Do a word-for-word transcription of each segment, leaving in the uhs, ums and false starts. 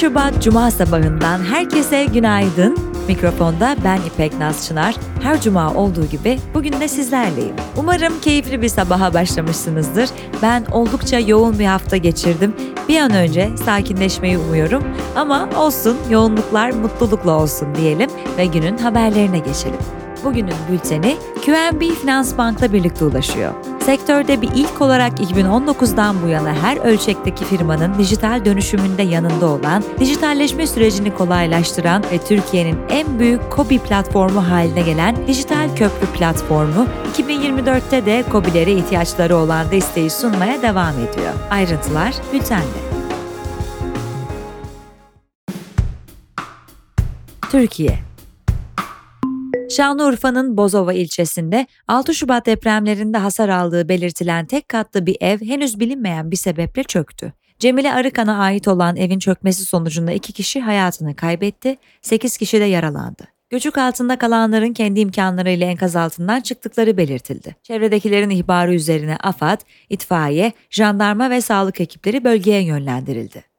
Şubat Cuma sabahından herkese günaydın. Mikrofonda ben İpek Naz Çınar. Her cuma olduğu gibi bugün de sizlerleyim. Umarım keyifli bir sabaha başlamışsınızdır. Ben oldukça yoğun bir hafta geçirdim. Bir an önce sakinleşmeyi umuyorum. Ama olsun, yoğunluklar mutlulukla olsun diyelim ve günün haberlerine geçelim. Bugünün bülteni Q N B Finans Bank'la birlikte ulaşıyor. Sektörde bir ilk olarak iki bin on dokuzdan bu yana her ölçekteki firmanın dijital dönüşümünde yanında olan, dijitalleşme sürecini kolaylaştıran ve Türkiye'nin en büyük KOBİ platformu haline gelen Dijital Köprü Platformu, iki bin yirmi dörtte de KOBİ'lere ihtiyaçları olan desteği sunmaya devam ediyor. Ayrıntılar bültende. Türkiye Şanlıurfa'nın Bozova ilçesinde altı Şubat depremlerinde hasar aldığı belirtilen tek katlı bir ev henüz bilinmeyen bir sebeple çöktü. Cemile Arıkan'a ait olan evin çökmesi sonucunda iki kişi hayatını kaybetti, sekiz kişi de yaralandı. Göçük altında kalanların kendi imkanlarıyla enkaz altından çıktıkları belirtildi. Çevredekilerin ihbarı üzerine AFAD, itfaiye, jandarma ve sağlık ekipleri bölgeye yönlendirildi.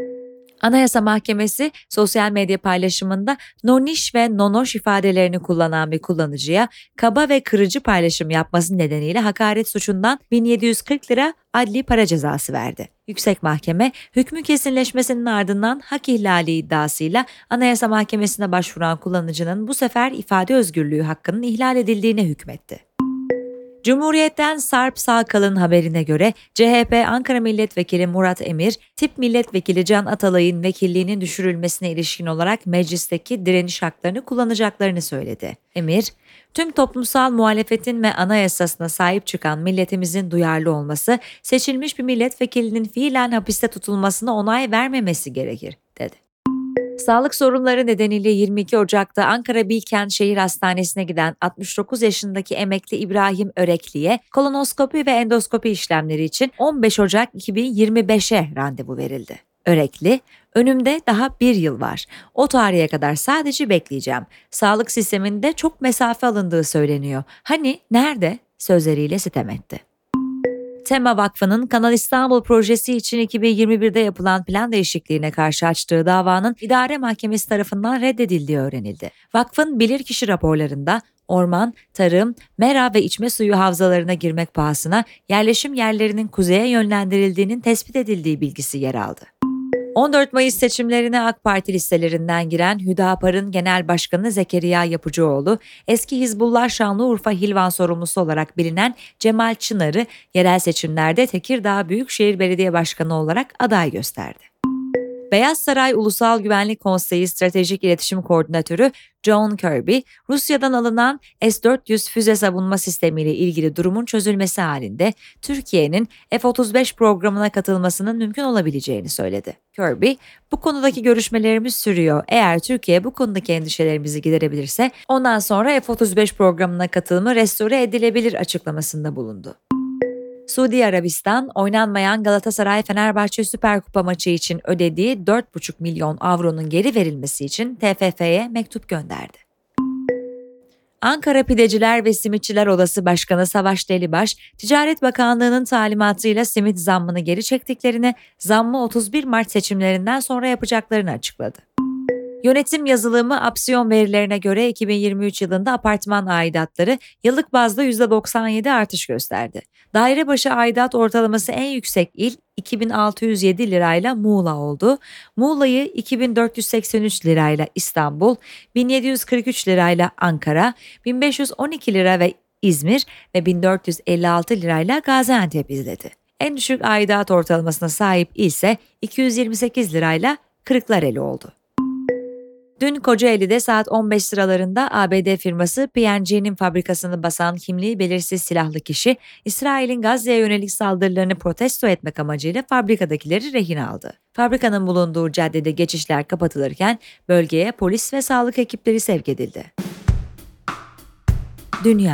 Anayasa Mahkemesi sosyal medya paylaşımında noniş ve nonoş ifadelerini kullanan bir kullanıcıya kaba ve kırıcı paylaşım yapması nedeniyle hakaret suçundan bin yedi yüz kırk lira adli para cezası verdi. Yüksek Mahkeme hükmün kesinleşmesinin ardından hak ihlali iddiasıyla Anayasa Mahkemesi'ne başvuran kullanıcının bu sefer ifade özgürlüğü hakkının ihlal edildiğine hükmetti. Cumhuriyet'ten Sarp Sağkal'ın haberine göre C H P Ankara Milletvekili Murat Emir, Tip Milletvekili Can Atalay'ın vekilliğinin düşürülmesine ilişkin olarak meclisteki direniş haklarını kullanacaklarını söyledi. Emir, tüm toplumsal muhalefetin ve anayasasına sahip çıkan milletimizin duyarlı olması, seçilmiş bir milletvekilinin fiilen hapiste tutulmasına onay vermemesi gerekir, dedi. Sağlık sorunları nedeniyle yirmi iki Ocak'ta Ankara Bilkent Şehir Hastanesi'ne giden altmış dokuz yaşındaki emekli İbrahim Örekli'ye kolonoskopi ve endoskopi işlemleri için on beş Ocak iki bin yirmi beşe randevu verildi. Örekli, önümde daha bir yıl var. O tarihe kadar sadece bekleyeceğim. Sağlık sisteminde çok mesafe alındığı söyleniyor. Hani nerede? Sözleriyle sitem etti. Tema Vakfı'nın Kanal İstanbul projesi için iki bin yirmi birde yapılan plan değişikliğine karşı açtığı davanın idare mahkemesi tarafından reddedildiği öğrenildi. Vakfın bilirkişi raporlarında orman, tarım, mera ve içme suyu havzalarına girmek pahasına yerleşim yerlerinin kuzeye yönlendirildiğinin tespit edildiği bilgisi yer aldı. on dört Mayıs seçimlerine AK Parti listelerinden giren Hüdapar'ın Genel Başkanı Zekeriya Yapıcıoğlu, eski Hizbullah Şanlıurfa Hilvan sorumlusu olarak bilinen Cemal Çınar'ı yerel seçimlerde Tekirdağ Büyükşehir Belediye Başkanı olarak aday gösterdi. Beyaz Saray Ulusal Güvenlik Konseyi Stratejik İletişim Koordinatörü John Kirby, Rusya'dan alınan S dört yüz füze savunma sistemiyle ilgili durumun çözülmesi halinde Türkiye'nin F otuz beş programına katılmasının mümkün olabileceğini söyledi. Kirby, bu konudaki görüşmelerimiz sürüyor. Eğer Türkiye bu konudaki endişelerimizi giderebilirse ondan sonra F otuz beş programına katılımı restore edilebilir açıklamasında bulundu. Suudi Arabistan, oynanmayan Galatasaray-Fenerbahçe Süper Kupa maçı için ödediği dört buçuk milyon avronun geri verilmesi için T F F'ye mektup gönderdi. Ankara Pideciler ve Simitçiler Odası Başkanı Savaş Delibaş, Ticaret Bakanlığı'nın talimatıyla simit zammını geri çektiklerini, zammı otuz bir Mart seçimlerinden sonra yapacaklarını açıkladı. Yönetim yazılımı Apsiyon verilerine göre iki bin yirmi üç yılında apartman aidatları yıllık bazda yüzde doksan yedi artış gösterdi. Daire başı aidat ortalaması en yüksek il iki bin altı yüz yedi lirayla Muğla oldu. Muğla'yı iki bin dört yüz seksen üç lirayla İstanbul, bin yedi yüz kırk üç lirayla Ankara, bin beş yüz on iki lira ve İzmir ve bin dört yüz elli altı lirayla Gaziantep izledi. En düşük aidat ortalamasına sahip il ise iki yüz yirmi sekiz lirayla Kırklareli oldu. Dün Kocaeli'de saat on beş sıralarında A B D firması P and G'nin fabrikasını basan kimliği belirsiz silahlı kişi, İsrail'in Gazze'ye yönelik saldırılarını protesto etmek amacıyla fabrikadakileri rehin aldı. Fabrikanın bulunduğu caddede geçişler kapatılırken bölgeye polis ve sağlık ekipleri sevk edildi. Dünya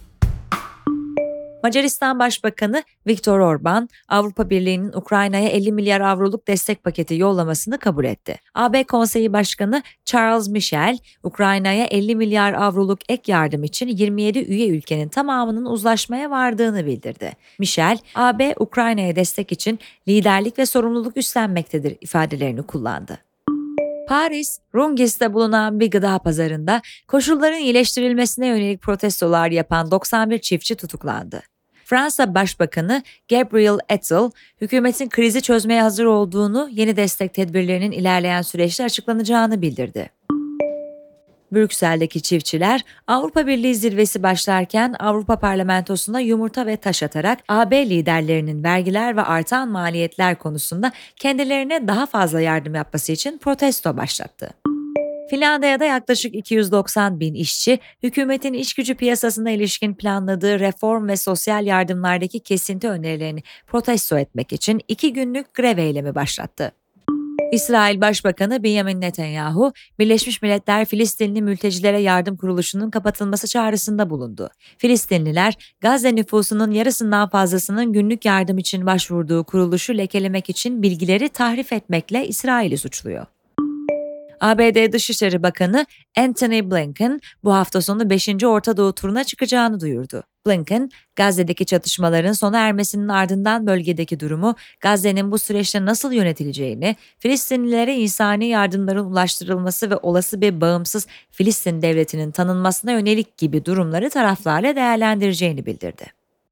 Macaristan Başbakanı Viktor Orban, Avrupa Birliği'nin Ukrayna'ya elli milyar avroluk destek paketi yollamasını kabul etti. A B Konseyi Başkanı Charles Michel, Ukrayna'ya elli milyar avroluk ek yardım için yirmi yedi üye ülkenin tamamının uzlaşmaya vardığını bildirdi. Michel, A B Ukrayna'ya destek için liderlik ve sorumluluk üstlenmektedir ifadelerini kullandı. Paris, Rungis'te bulunan bir gıda pazarında koşulların iyileştirilmesine yönelik protestolar yapan doksan bir çiftçi tutuklandı. Fransa Başbakanı Gabriel Attal, hükümetin krizi çözmeye hazır olduğunu, yeni destek tedbirlerinin ilerleyen süreçte açıklanacağını bildirdi. Brüksel'deki çiftçiler, Avrupa Birliği zirvesi başlarken Avrupa Parlamentosu'na yumurta ve taş atarak A B liderlerinin vergiler ve artan maliyetler konusunda kendilerine daha fazla yardım yapması için protesto başlattı. Finlandiya'da yaklaşık iki yüz doksan bin işçi, hükümetin iş gücü piyasasına ilişkin planladığı reform ve sosyal yardımlardaki kesinti önerilerini protesto etmek için iki günlük grev eylemi başlattı. İsrail Başbakanı Benjamin Netanyahu, Birleşmiş Milletler Filistinli Mültecilere Yardım Kuruluşu'nun kapatılması çağrısında bulundu. Filistinliler, Gazze nüfusunun yarısından fazlasının günlük yardım için başvurduğu kuruluşu lekelemek için bilgileri tahrif etmekle İsrail'i suçluyor. A B D Dışişleri Bakanı Antony Blinken bu hafta sonu beşinci Orta Doğu turuna çıkacağını duyurdu. Blinken, Gazze'deki çatışmaların sona ermesinin ardından bölgedeki durumu, Gazze'nin bu süreçte nasıl yönetileceğini, Filistinlilere insani yardımların ulaştırılması ve olası bir bağımsız Filistin devletinin tanınmasına yönelik gibi durumları taraflarla değerlendireceğini bildirdi.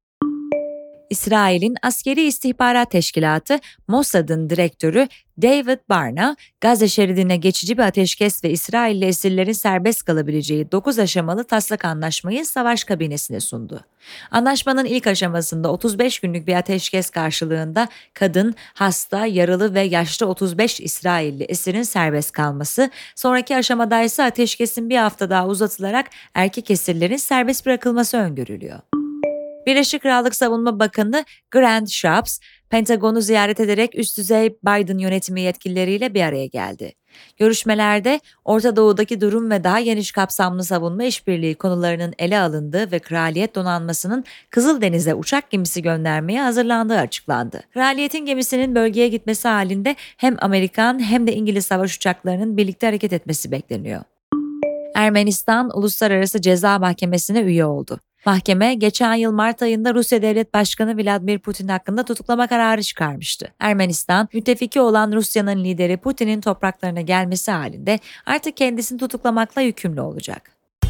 İsrail'in Askeri İstihbarat Teşkilatı Mossad'ın direktörü David Barna, Gazze şeridine geçici bir ateşkes ve İsrailli esirlerin serbest kalabileceği dokuz aşamalı taslak anlaşmayı savaş kabinesine sundu. Anlaşmanın ilk aşamasında otuz beş günlük bir ateşkes karşılığında kadın, hasta, yaralı ve yaşlı otuz beş İsrailli esirin serbest kalması, sonraki aşamada ise ateşkesin bir hafta daha uzatılarak erkek esirlerin serbest bırakılması öngörülüyor. Birleşik Krallık Savunma Bakanı Grant Shapps, Pentagon'u ziyaret ederek üst düzey Biden yönetimi yetkilileriyle bir araya geldi. Görüşmelerde Orta Doğu'daki durum ve daha geniş kapsamlı savunma işbirliği konularının ele alındığı ve Kraliyet Donanması'nın Kızıldeniz'e uçak gemisi göndermeye hazırlandığı açıklandı. Kraliyetin gemisinin bölgeye gitmesi halinde hem Amerikan hem de İngiliz savaş uçaklarının birlikte hareket etmesi bekleniyor. Ermenistan Uluslararası Ceza Mahkemesi'ne üye oldu. Mahkeme, geçen yıl Mart ayında Rusya Devlet Başkanı Vladimir Putin hakkında tutuklama kararı çıkarmıştı. Ermenistan, müttefiki olan Rusya'nın lideri Putin'in topraklarına gelmesi halinde artık kendisini tutuklamakla yükümlü olacak.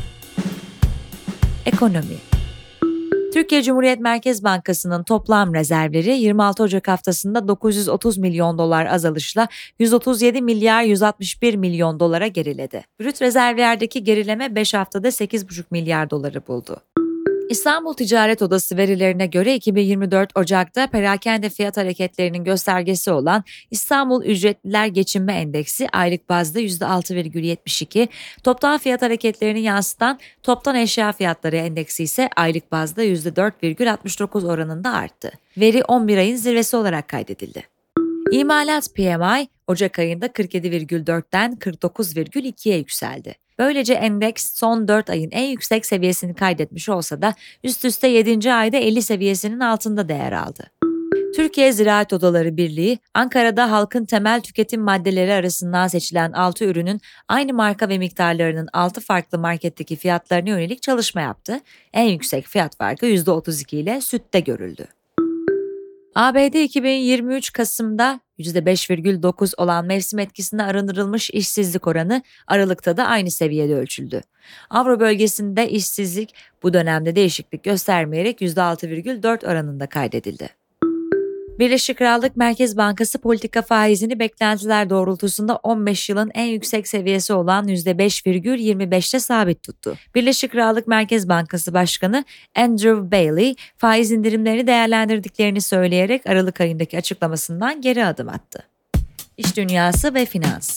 Ekonomi. Türkiye Cumhuriyet Merkez Bankası'nın toplam rezervleri yirmi altı Ocak haftasında dokuz yüz otuz milyon dolar azalışla yüz otuz yedi milyar yüz altmış bir milyon dolara geriledi. Brüt rezervlerdeki gerileme beş haftada sekiz buçuk milyar doları buldu. İstanbul Ticaret Odası verilerine göre iki bin yirmi dört Ocak'ta perakende fiyat hareketlerinin göstergesi olan İstanbul Ücretliler Geçinme Endeksi aylık bazda yüzde altı virgül yetmiş iki, toptan fiyat hareketlerini yansıtan toptan eşya fiyatları endeksi ise aylık bazda yüzde dört virgül altmış dokuz oranında arttı. Veri on bir ayın zirvesi olarak kaydedildi. İmalat P M I Ocak ayında kırk yedi virgül dörtten kırk dokuz virgül ikiye yükseldi. Böylece endeks son dört ayın en yüksek seviyesini kaydetmiş olsa da üst üste yedinci ayda elli seviyesinin altında değer aldı. Türkiye Ziraat Odaları Birliği, Ankara'da halkın temel tüketim maddeleri arasından seçilen altı ürünün aynı marka ve miktarlarının altı farklı marketteki fiyatlarına yönelik çalışma yaptı. En yüksek fiyat farkı yüzde otuz iki ile sütte görüldü. A B D iki bin yirmi üç Kasım'da yüzde beş virgül dokuz olan mevsim etkisinde arındırılmış işsizlik oranı Aralık'ta da aynı seviyede ölçüldü. Avro bölgesinde işsizlik bu dönemde değişiklik göstermeyerek yüzde altı virgül dört oranında kaydedildi. Birleşik Krallık Merkez Bankası politika faizini beklentiler doğrultusunda on beş yılın en yüksek seviyesi olan yüzde beş virgül yirmi beşte sabit tuttu. Birleşik Krallık Merkez Bankası Başkanı Andrew Bailey, faiz indirimlerini değerlendirdiklerini söyleyerek Aralık ayındaki açıklamasından geri adım attı. İş dünyası ve finans.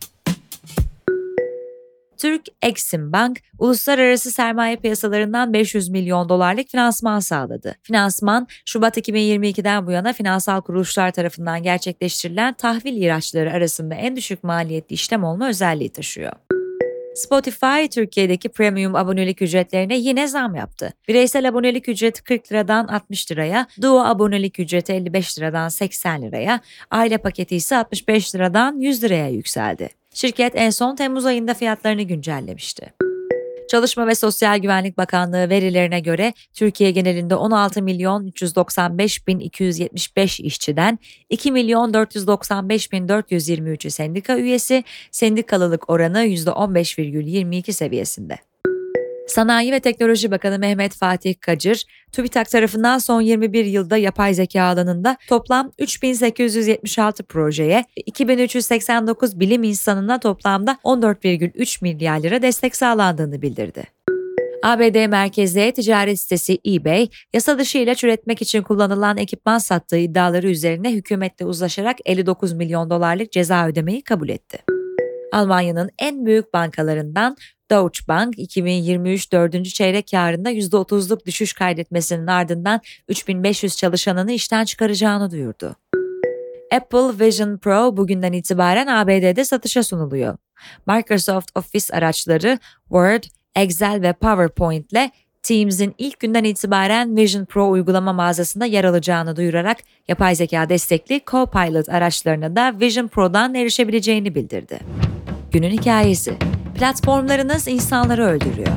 Türk Exim Bank, uluslararası sermaye piyasalarından beş yüz milyon dolarlık finansman sağladı. Finansman, Şubat iki bin yirmi ikiden bu yana finansal kuruluşlar tarafından gerçekleştirilen tahvil ihraçları arasında en düşük maliyetli işlem olma özelliği taşıyor. Spotify, Türkiye'deki premium abonelik ücretlerine yine zam yaptı. Bireysel abonelik ücreti kırk liradan altmış liraya, Duo abonelik ücreti elli beş liradan seksen liraya, aile paketi ise altmış beş liradan yüz liraya yükseldi. Şirket en son Temmuz ayında fiyatlarını güncellemişti. Çalışma ve Sosyal Güvenlik Bakanlığı verilerine göre Türkiye genelinde on altı milyon üç yüz doksan beş bin iki yüz yetmiş beş işçiden iki milyon dört yüz doksan beş bin dört yüz yirmi üçü sendika üyesi, sendikalılık oranı yüzde on beş virgül yirmi iki seviyesinde. Sanayi ve Teknoloji Bakanı Mehmet Fatih Kacır, TÜBİTAK tarafından son yirmi bir yılda yapay zeka alanında toplam üç bin sekiz yüz yetmiş altı projeye, iki bin üç yüz seksen dokuz bilim insanına toplamda on dört virgül üç milyar lira destek sağlandığını bildirdi. A B D merkezli ticaret sitesi eBay, yasa dışı ilaç üretmek için kullanılan ekipman sattığı iddiaları üzerine hükümetle uzlaşarak elli dokuz milyon dolarlık ceza ödemeyi kabul etti. Almanya'nın en büyük bankalarından Deutsche Bank, iki bin yirmi üç dördüncü çeyrek kârında yüzde otuzluk düşüş kaydetmesinin ardından üç bin beş yüz çalışanını işten çıkaracağını duyurdu. Apple Vision Pro bugünden itibaren A B D'de satışa sunuluyor. Microsoft Office araçları Word, Excel ve PowerPoint ile Teams'in ilk günden itibaren Vision Pro uygulama mağazasında yer alacağını duyurarak yapay zeka destekli Copilot araçlarına da Vision Pro'dan erişebileceğini bildirdi. Günün hikayesi. Platformlarınız insanları öldürüyor.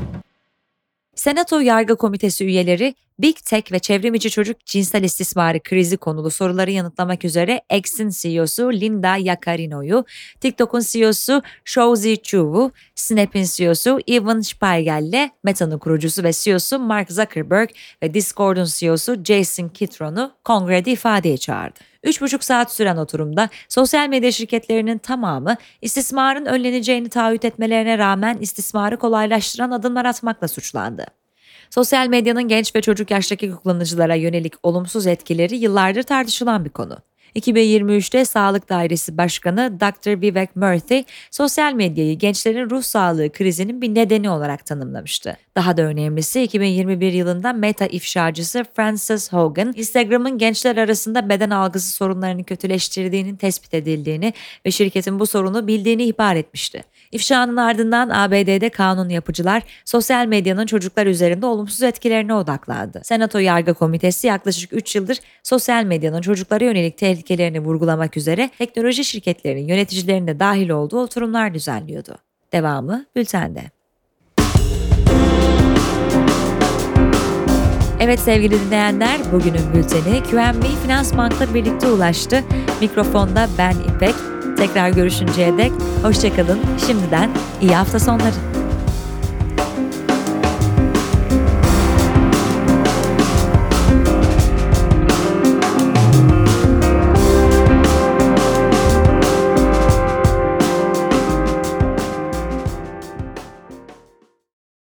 Senato Yargı Komitesi üyeleri Big Tech ve çevrimiçi çocuk cinsel istismarı krizi konulu soruları yanıtlamak üzere X'in C E O'su Linda Yaccarino'yu, TikTok'un C E O'su Shouzi Chu'u, Snap'in C E O'su Evan Spiegel'le Meta'nın kurucusu ve C E O'su Mark Zuckerberg ve Discord'un C E O'su Jason Kitron'u kongrede ifadeye çağırdı. Üç buçuk saat süren oturumda sosyal medya şirketlerinin tamamı istismarın önleneceğini taahhüt etmelerine rağmen istismarı kolaylaştıran adımlar atmakla suçlandı. Sosyal medyanın genç ve çocuk yaştaki kullanıcılara yönelik olumsuz etkileri yıllardır tartışılan bir konu. iki bin yirmi üçte Sağlık Dairesi Başkanı doktor Vivek Murthy, sosyal medyayı gençlerin ruh sağlığı krizinin bir nedeni olarak tanımlamıştı. Daha da önemlisi iki bin yirmi bir yılında Meta ifşacısı Frances Hogan, Instagram'ın gençler arasında beden algısı sorunlarını kötüleştirdiğinin tespit edildiğini ve şirketin bu sorunu bildiğini ihbar etmişti. İfşanın ardından A B D'de kanun yapıcılar sosyal medyanın çocuklar üzerinde olumsuz etkilerine odaklandı. Senato Yargı Komitesi yaklaşık üç yıldır sosyal medyanın çocuklara yönelik tehlikelerini vurgulamak üzere teknoloji şirketlerinin yöneticilerinin de dahil olduğu oturumlar düzenliyordu. Devamı bültende. Evet sevgili dinleyenler, bugünün bülteni Q N B Finansbank'la birlikte ulaştı. Mikrofonda ben İpek. Tekrar görüşünceye dek hoşça kalın. Şimdiden iyi hafta sonları.